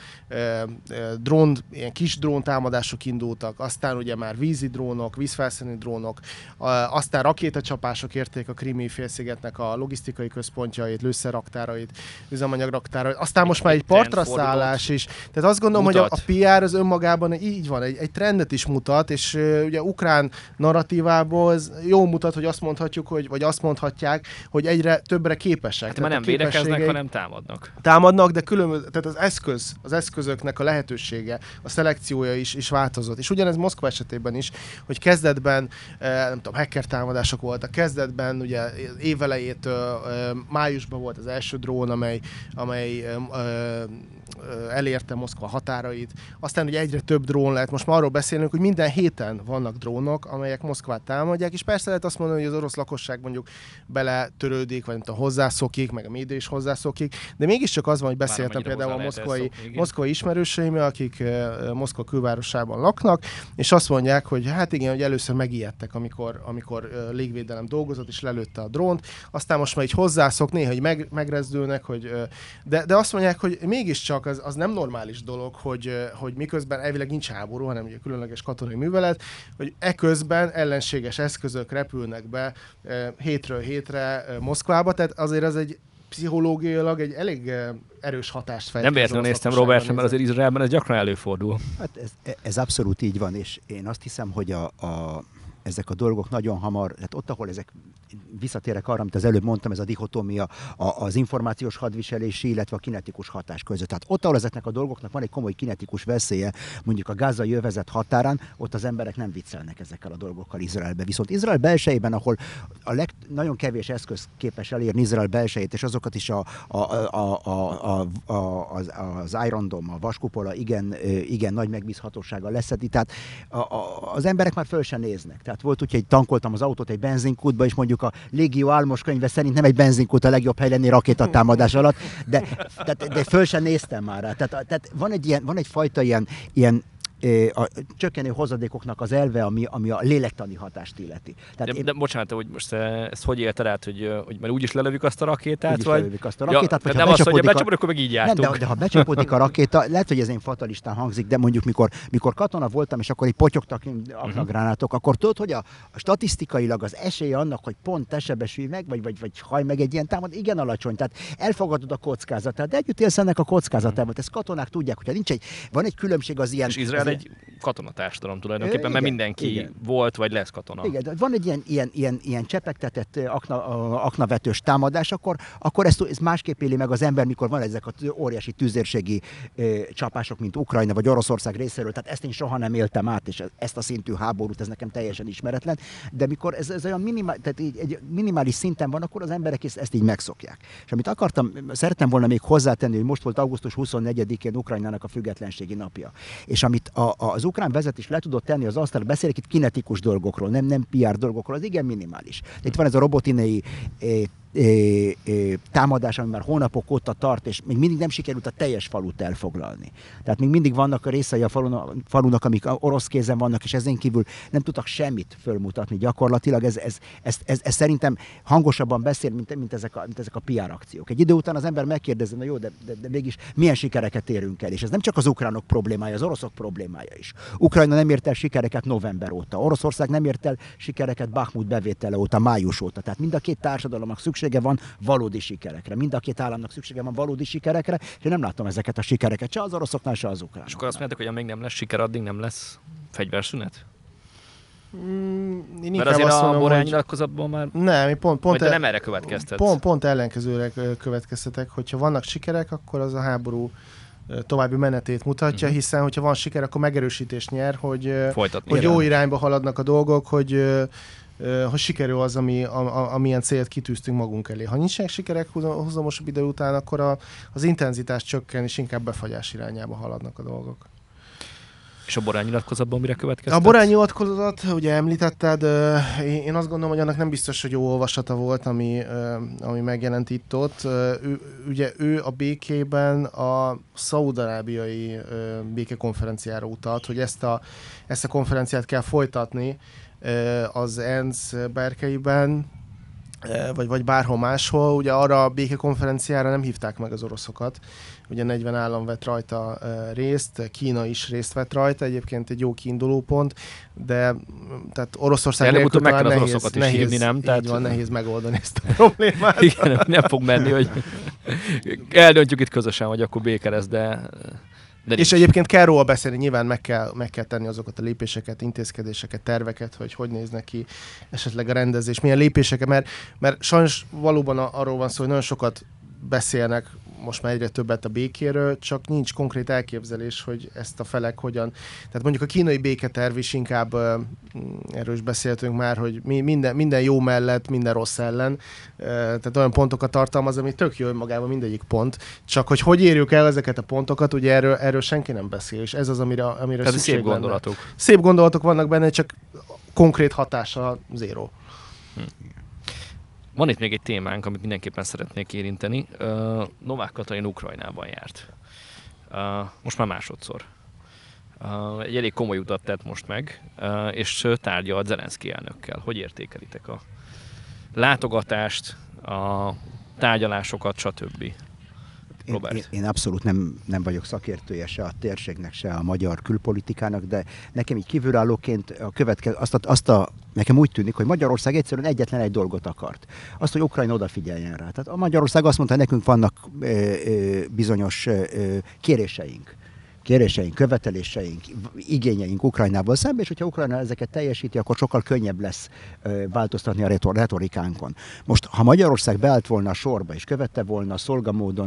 ilyen kis drón támadások indultak, aztán ugye már vízi drónok, vízfelszíni drónok, aztán rakétacsapások érték a Krimi félszigetnek a logisztikai központjait, lőszerraktárait, üzemanyagraktárait, aztán most már egy partra szállás is. Tehát azt gondolom, hogy a PR az önmagában így van, egy trendet is mutat, és ugye ukrán narratívából ez jó mutat, hogy azt mondhatjuk, vagy azt mondhatják, hogy egyre többre képesek. Hát már nem védekeznek, hanem támadnak. Támadnak, de tehát az eszközöknek a lehetősége, a szelekciója is változott. És ugyanez Moszkva esetében is, hogy kezdetben, nem tudom, hacker támadások voltak, kezdetben ugye évelejétől májusban volt az első drón, amely elérte Moszkva határait. Aztán ugye egyre több drón lett. Most már arról beszélünk, hogy minden héten vannak drónok, amelyek Moszkvát támadják, és persze lehet azt mondani, hogy az orosz lakosság mondjuk beletörődik, vagy nem tudom, hozzászokik, meg a média is hozzászokik, de mégiscsak az van, hogy beszéltem például a moszkvai ismerőseimmel, akik Moszkva külvárosában laknak, és azt mondják, hogy hát igen, hogy először megijedtek, amikor légvédelem dolgozott, és lelőtte a drónt, aztán most már így hozzászok, néha hogy megrezdülnek, de azt mondják, hogy mégiscsak az nem normális dolog, hogy miközben elvileg nincs háború, hanem ugye különleges katonai művelet, hogy eközben ellenséges eszközök repülnek be hétről hétre Moszkvába, tehát azért az egy pszichológiailag egy elég erős hatást fejt. Nem véletlenül néztem Robert, mert azért Izraelben ez gyakran előfordul. Hát ez abszolút így van, és én azt hiszem, hogy ezek a dolgok nagyon hamar, hát ott, ahol ezek, visszatérek arra, amit az előbb mondtam, ez a dichotómia az információs hadviselési, illetve a kinetikus hatás között. Tehát ott, ahol ezeknek a dolgoknak van egy komoly kinetikus veszélye, mondjuk a gázai övezet határán, ott az emberek nem viccelnek ezekkel a dolgokkal Izraelbe. Viszont Izrael belsejében, ahol nagyon kevés eszköz képes elérni Izrael belsejét, és azokat is az Iron Dome, a vaskupola igen nagy megbízhatósággal leszedi. Tehát az emberek már föl sem néznek. Tehát volt úgy, hogy tankoltam az autót egy benzinkútba, és mondjuk a Légió álmos könyve szerint nem egy benzinkút a legjobb hely lenni rakétatámadás alatt, de föl sem néztem már rá. Tehát van egyfajta ilyen a csökkenő hozadékoknak az elve, ami a lélektani hatást illeti. De bocsánat, hogy most ezt hogy élted át, hogy már úgyis lelövik azt a rakétát? Úgyis lelövik azt a rakétát, vagy nem azt, hogy becsapod, akkor meg így jártunk. Nem, de ha becsapódik a rakéta, lehet, hogy ez én fatalistán hangzik, de mondjuk mikor katona voltam, és akkor így potyogtak aknagránátok, akkor tudod, hogy a statisztikailag az esélye annak, hogy pont te sebesülj meg, vagy haj meg egy ilyen támad, igen alacsony. Tehát elfogadod a kockázatát, de együtt élsz ennek a kockázatával. Ezt katonák tudják, hogyha van egy különbség az ilyen. És Izrael egy katonatársadalom tulajdonképpen, mert mindenki volt, vagy lesz katona. Igen, de van egy ilyen csepegtetett aknavetős támadás, akkor ezt másképp éli meg az ember, mikor van ezek az óriási tüzérségi csapások, mint Ukrajna vagy Oroszország részéről. Tehát ezt én soha nem éltem át, és ezt a szintű háborút, ez nekem teljesen ismeretlen. De mikor ez olyan egy minimális szinten van, akkor az emberek ezt így megszokják. És amit szerettem volna még hozzátenni, hogy most volt augusztus 24-én Ukrajnának a függetlenségi napja. És amit az ukrán vezetés le tudott tenni az asztalra, beszélek itt kinetikus dolgokról, nem PR dolgokról, az igen minimális. Itt van ez a robotinei támadás, ami már hónapok óta tart, és még mindig nem sikerült a teljes falut elfoglalni. Tehát még mindig vannak a részei a falunak, amik orosz kézen vannak, és ezen kívül nem tudtak semmit fölmutatni gyakorlatilag. Ez szerintem hangosabban beszél, mint ezek a PR akciók. Egy idő után az ember megkérdezi, na jó, de mégis milyen sikereket érünk el, és ez nem csak az ukránok problémája, az oroszok problémája is. Ukrajna nem ért el sikereket november óta, Oroszország nem ért el sikereket Bakhmut bevétele óta, május óta. Tehát mind a két társadalomnak szüksége van valódi sikerekre. Mind a két államnak szüksége van valódi sikerekre, és én nem látom ezeket a sikereket, se az oroszoknál, se az ukránoknál. És akkor azt mondjátok, hogy amíg nem lesz siker, addig nem lesz fegyverszünet? Mert azért a Borrell nyilatkozatban már... Nem, én pont nem erre következtet. Pont ellenkezőre következtetek, hogyha vannak sikerek, akkor az a háború további menetét mutatja, hiszen hogyha van siker, akkor megerősítést nyer, hogy jó irányba haladnak a dolgok, hogy sikerül az, amilyen célt kitűztünk magunk elé. Ha nincsenek sikerek húzamosabb idő után, akkor az intenzitás csökken, és inkább befagyás irányába haladnak a dolgok. És a Borrell nyilatkozatban mire következtet? A Borrell nyilatkozat, ugye említetted, én azt gondolom, hogy annak nem biztos, hogy jó olvasata volt, ami megjelent itt-ott. Ő a békében a szaúd-arábiai békekonferenciára utalt, hogy ezt a konferenciát kell folytatni az ENSZ berkeiben, vagy bárhol máshol. Ugye arra a békekonferenciára nem hívták meg az oroszokat. Ugye 40 állam vett rajta részt, Kína is részt vett rajta, egyébként egy jó kiindulópont, de tehát Oroszország nélkül talán nehéz, hívni, tehát nehéz megoldani ezt a problémát. Igen, nem fog menni, hogy eldöntjük itt közösen, hogy akkor béke lesz, de és egyébként kell róla beszélni, nyilván meg kell tenni azokat a lépéseket, intézkedéseket, terveket, hogy néz neki esetleg a rendezés, milyen lépéseket, mert sajnos valóban arról van szó, hogy nagyon sokat beszélnek most már egyre többet a békéről, csak nincs konkrét elképzelés, hogy ezt a felek hogyan... Tehát mondjuk a kínai béketerv is inkább, erről is beszéltünk már, hogy minden jó mellett, minden rossz ellen, tehát olyan pontokat tartalmaz, ami tök jó önmagában mindegyik pont, csak hogy érjük el ezeket a pontokat, ugye erről senki nem beszél, és ez az, amire szükség szép gondolatok. Szép gondolatok vannak benne, csak konkrét hatása zéró. Van itt még egy témánk, amit mindenképpen szeretnék érinteni. Novák Katalin Ukrajnában járt. Most már másodszor. Egy elég komoly utat tett most meg, és tárgyalt Zelenszky elnökkel. Hogy értékelitek a látogatást, a tárgyalásokat, stb.? Én abszolút nem vagyok szakértője se a térségnek, se a magyar külpolitikának, de nekem így kívülállóként nekem úgy tűnik, hogy Magyarország egyszerűen egyetlen egy dolgot akart. Azt, hogy Ukrajna odafigyeljen rá. Tehát a Magyarország azt mondta, hogy nekünk vannak bizonyos kéréseink, követeléseink, igényeink Ukrajnával szemben, és hogyha Ukrajna ezeket teljesíti, akkor sokkal könnyebb lesz változtatni a retorikánkon. Most, ha Magyarország beállt volna a sorba, és követte volna szolgamódon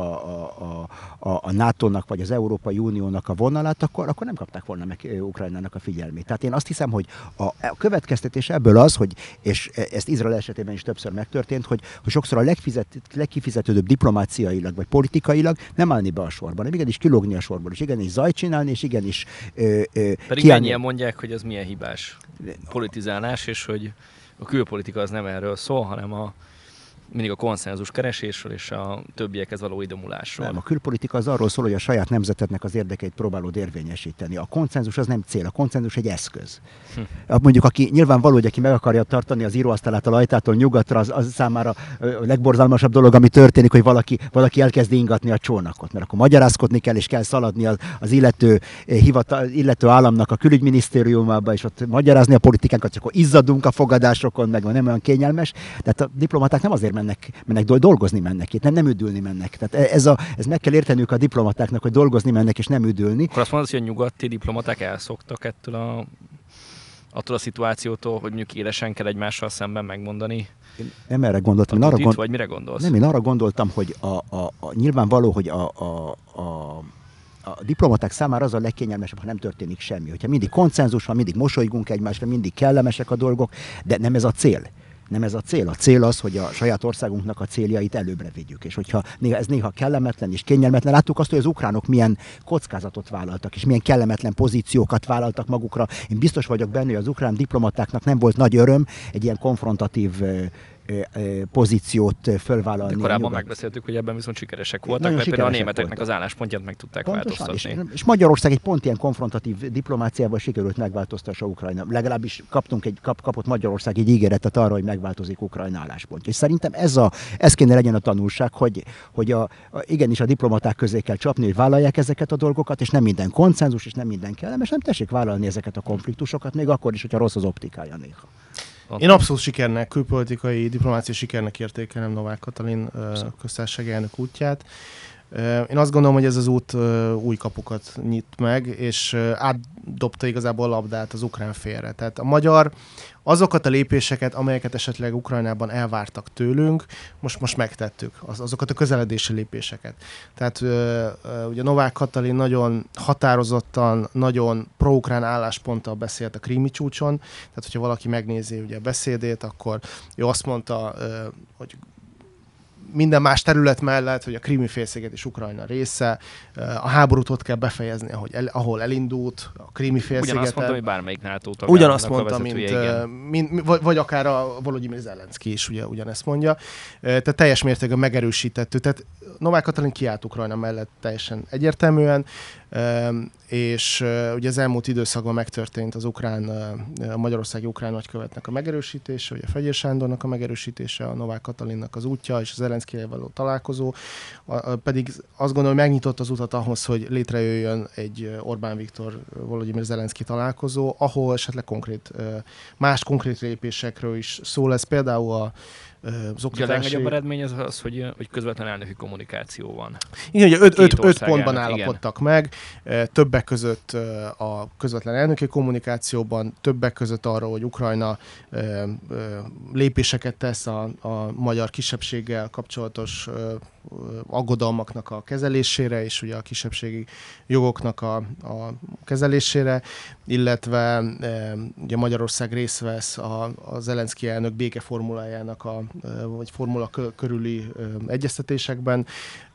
a NATO-nak, vagy az Európai Uniónak a vonalát, akkor nem kapták volna meg Ukrajnának a figyelmét. Tehát én azt hiszem, hogy a következtetés ebből az, hogy, és ezt Izrael esetében is többször megtörtént, hogy sokszor a legkifizetődőbb diplomáciailag, vagy politikailag nem állni be a sorban, hanem igenis kilógni a sorból, és igenis zajt csinálni, és igenis pedig mennyien mondják, hogy ez milyen hibás politizálás, és hogy a külpolitika az nem erről szól, hanem mindig a konszenzus keresésről és a többiekhez való idomulásról. Nem, a külpolitika az arról szól, hogy a saját nemzetednek az érdekeit próbálod érvényesíteni. A konszenzus az nem cél, a konszenzus egy eszköz. Mondjuk, aki nyilvánvaló, hogy aki meg akarja tartani az íróasztalát a Lajtától nyugatra, az számára a legborzalmasabb dolog, ami történik, hogy valaki elkezdi ingatni a csónakot, mert akkor magyarázkodni kell, és kell szaladni az illető államnak a külügyminisztériumába, és ott magyarázni a politikánkat, csak akkor izzadunk a fogadásokon, meg nem olyan kényelmes. Tehát a diplomaták nem azért mennek dolgozni mennek itt, nem üdülni mennek. Tehát ez meg kell érteniük a diplomatáknak, hogy dolgozni mennek és nem üdülni. Akkor azt mondod, hogy a nyugati diplomaták elszoktak attól a szituációtól, hogy mondjuk élesen kell egymással szemben megmondani? Én nem erre gondoltam. Vagy mire gondolsz? Nem, én arra gondoltam, hogy nyilvánvaló, hogy a diplomaták számára az a legkényelmesebb, ha nem történik semmi. Hogyha mindig konszenzus van, mindig mosolygunk egymásra, mindig kellemesek a dolgok, de nem ez a cél. Nem ez a cél. A cél az, hogy a saját országunknak a céljait előbbre vigyük. És hogyha ez néha kellemetlen és kényelmetlen, láttuk azt, hogy az ukránok milyen kockázatot vállaltak, és milyen kellemetlen pozíciókat vállaltak magukra. Én biztos vagyok benne, hogy az ukrán diplomatáknak nem volt nagy öröm egy ilyen konfrontatív pozíciót fölvállalni. De korábban megbeszéltük, hogy ebben viszont sikeresek voltak, nagyon mert például a németeknek az álláspontját meg tudták változtatni. És Magyarország egy pont ilyen konfrontatív diplomáciával sikerült megváltoztassa Ukrajna. Legalábbis kapott Magyarország egy ígéretet arra, hogy megváltozik Ukrajna álláspontja. És szerintem ez kéne legyen a tanulság, hogy igenis a diplomaták közé kell csapni, hogy vállalják ezeket a dolgokat, és nem minden konszenzus, és nem minden kellemes, nem tessék vállalni ezeket a konfliktusokat, még akkor is, hogyha rossz az optikája néha. Én abszolút sikernek, külpolitikai, diplomáciai sikernek értékelem Novák Katalin köztársasági elnök útját. Én azt gondolom, hogy ez az út új kapukat nyit meg, és átdobta igazából a labdát az ukrán félre. Tehát a magyar azokat a lépéseket, amelyeket esetleg Ukrajnában elvártak tőlünk, most megtettük, azokat a közeledési lépéseket. Tehát ugye Novák Katalin nagyon határozottan, nagyon pro-ukrán állásponttal beszélt a krími csúcson, tehát hogyha valaki megnézi ugye a beszédét, akkor ő azt mondta, hogy minden más terület mellett, hogy a Krími félsziget is Ukrajna része, a háborút ott kell befejezni, ahol elindult, a Krími félszigeten. Ugyanazt mondta, hogy bármelyik NATO tagállamnak ugyanazt a mondta, vezetője, vagy akár a Volodymyr Zelenszky is ugyanezt mondja. Tehát teljes mértékben megerősítettük. Tehát Novák Katalin kiállt Ukrajna mellett teljesen egyértelműen, és ugye az elmúlt időszakban megtörtént az a magyarországi ukrán nagykövetnek a megerősítése, ugye Fegyér Sándornak a megerősítése, a Novák Katalinnak az útja és az Zelenszkijvel való találkozó, pedig azt gondolom, hogy megnyitott az utat ahhoz, hogy létrejöjjön egy Orbán Viktor, Volodymyr Zelenszky találkozó, ahol esetleg más konkrét lépésekről is szó lesz, például az oktatási... A legnagyobb eredmény az, hogy közvetlen elnöki kommunikáció van. Igen, hogy öt pontban állapodtak meg, többek között a közvetlen elnöki kommunikációban, többek között arra, hogy Ukrajna lépéseket tesz a magyar kisebbséggel kapcsolatos aggodalmaknak a kezelésére, és ugye a kisebbségi jogoknak a kezelésére, illetve ugye Magyarország részt vesz a Zelenszky elnök békeformulájának vagy formula körüli egyeztetésekben.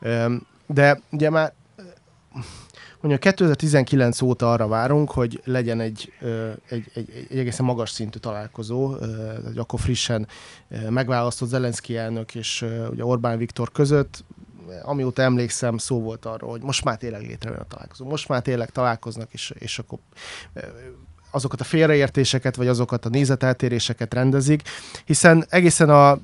De ugye már mondjuk 2019 óta arra várunk, hogy legyen egy egészen magas szintű találkozó, akkor frissen megválasztott Zelenszky elnök és ugye Orbán Viktor között. Amióta emlékszem, szó volt arról, hogy most már tényleg létrejön a találkozó. Most már tényleg találkoznak, és akkor azokat a félreértéseket, vagy azokat a nézeteltéréseket rendezik, hiszen egészen a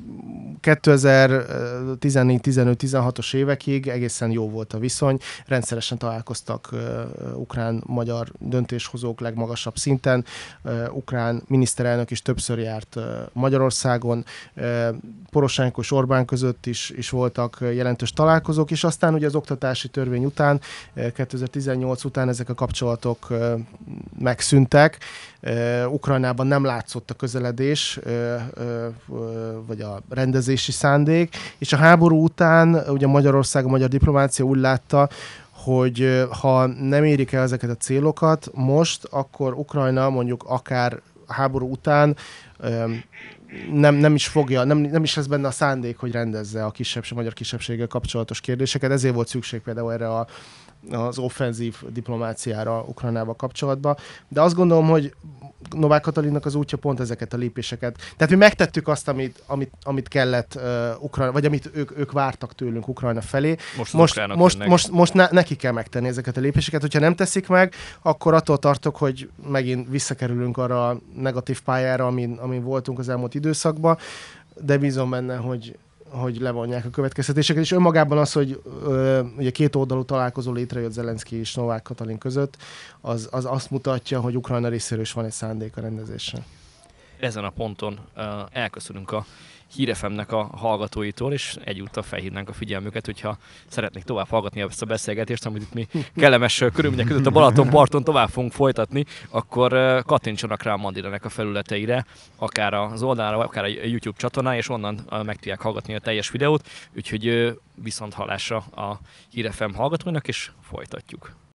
2014-15-16-os évekig egészen jó volt a viszony, rendszeresen találkoztak ukrán-magyar döntéshozók legmagasabb szinten, ukrán miniszterelnök is többször járt Magyarországon, Poroshenko és Orbán között is voltak jelentős találkozók, és aztán ugye az oktatási törvény után, 2018 után ezek a kapcsolatok megszűntek. Ukrajnában nem látszott a közeledés, vagy a rendezési szándék, és a háború után ugye Magyarország, a magyar diplomácia úgy látta, hogy ha nem érik el ezeket a célokat most, akkor Ukrajna mondjuk akár a háború után nem is lesz benne a szándék, hogy rendezze a magyar kisebbséggel kapcsolatos kérdéseket. Ezért volt szükség például erre az offenzív diplomáciára Ukrajnával kapcsolatban. De azt gondolom, hogy Novák Katalinnak az útja pont ezeket a lépéseket. Tehát mi megtettük azt, amit kellett Ukrajna, vagy amit ők vártak tőlünk Ukrajna felé. Most neki kell megtenni ezeket a lépéseket. Hogyha nem teszik meg, akkor attól tartok, hogy megint visszakerülünk arra a negatív pályára, amin voltunk az elmúlt időszakban, de bízom benne, hogy levonják a következtetéseket, és önmagában az, hogy ugye két oldalú találkozó létrejött Zelenszky és Novák Katalin között, az azt mutatja, hogy Ukrajna részéről is van egy szándék a rendezésre. Ezen a ponton elköszönünk a Hír FM-nek a hallgatóitól, és egyúttal felhívnánk a figyelmüket, hogyha szeretnék tovább hallgatni ezt a beszélgetést, amit itt mi kellemes körülmények között a Balatonparton tovább fogunk folytatni, akkor kattintsanak rá a Mandirának a felületeire, akár az oldalára, akár a YouTube csatornára, és onnan meg tudják hallgatni a teljes videót, úgyhogy viszont hallásra a Hír FM hallgatóinak, és folytatjuk.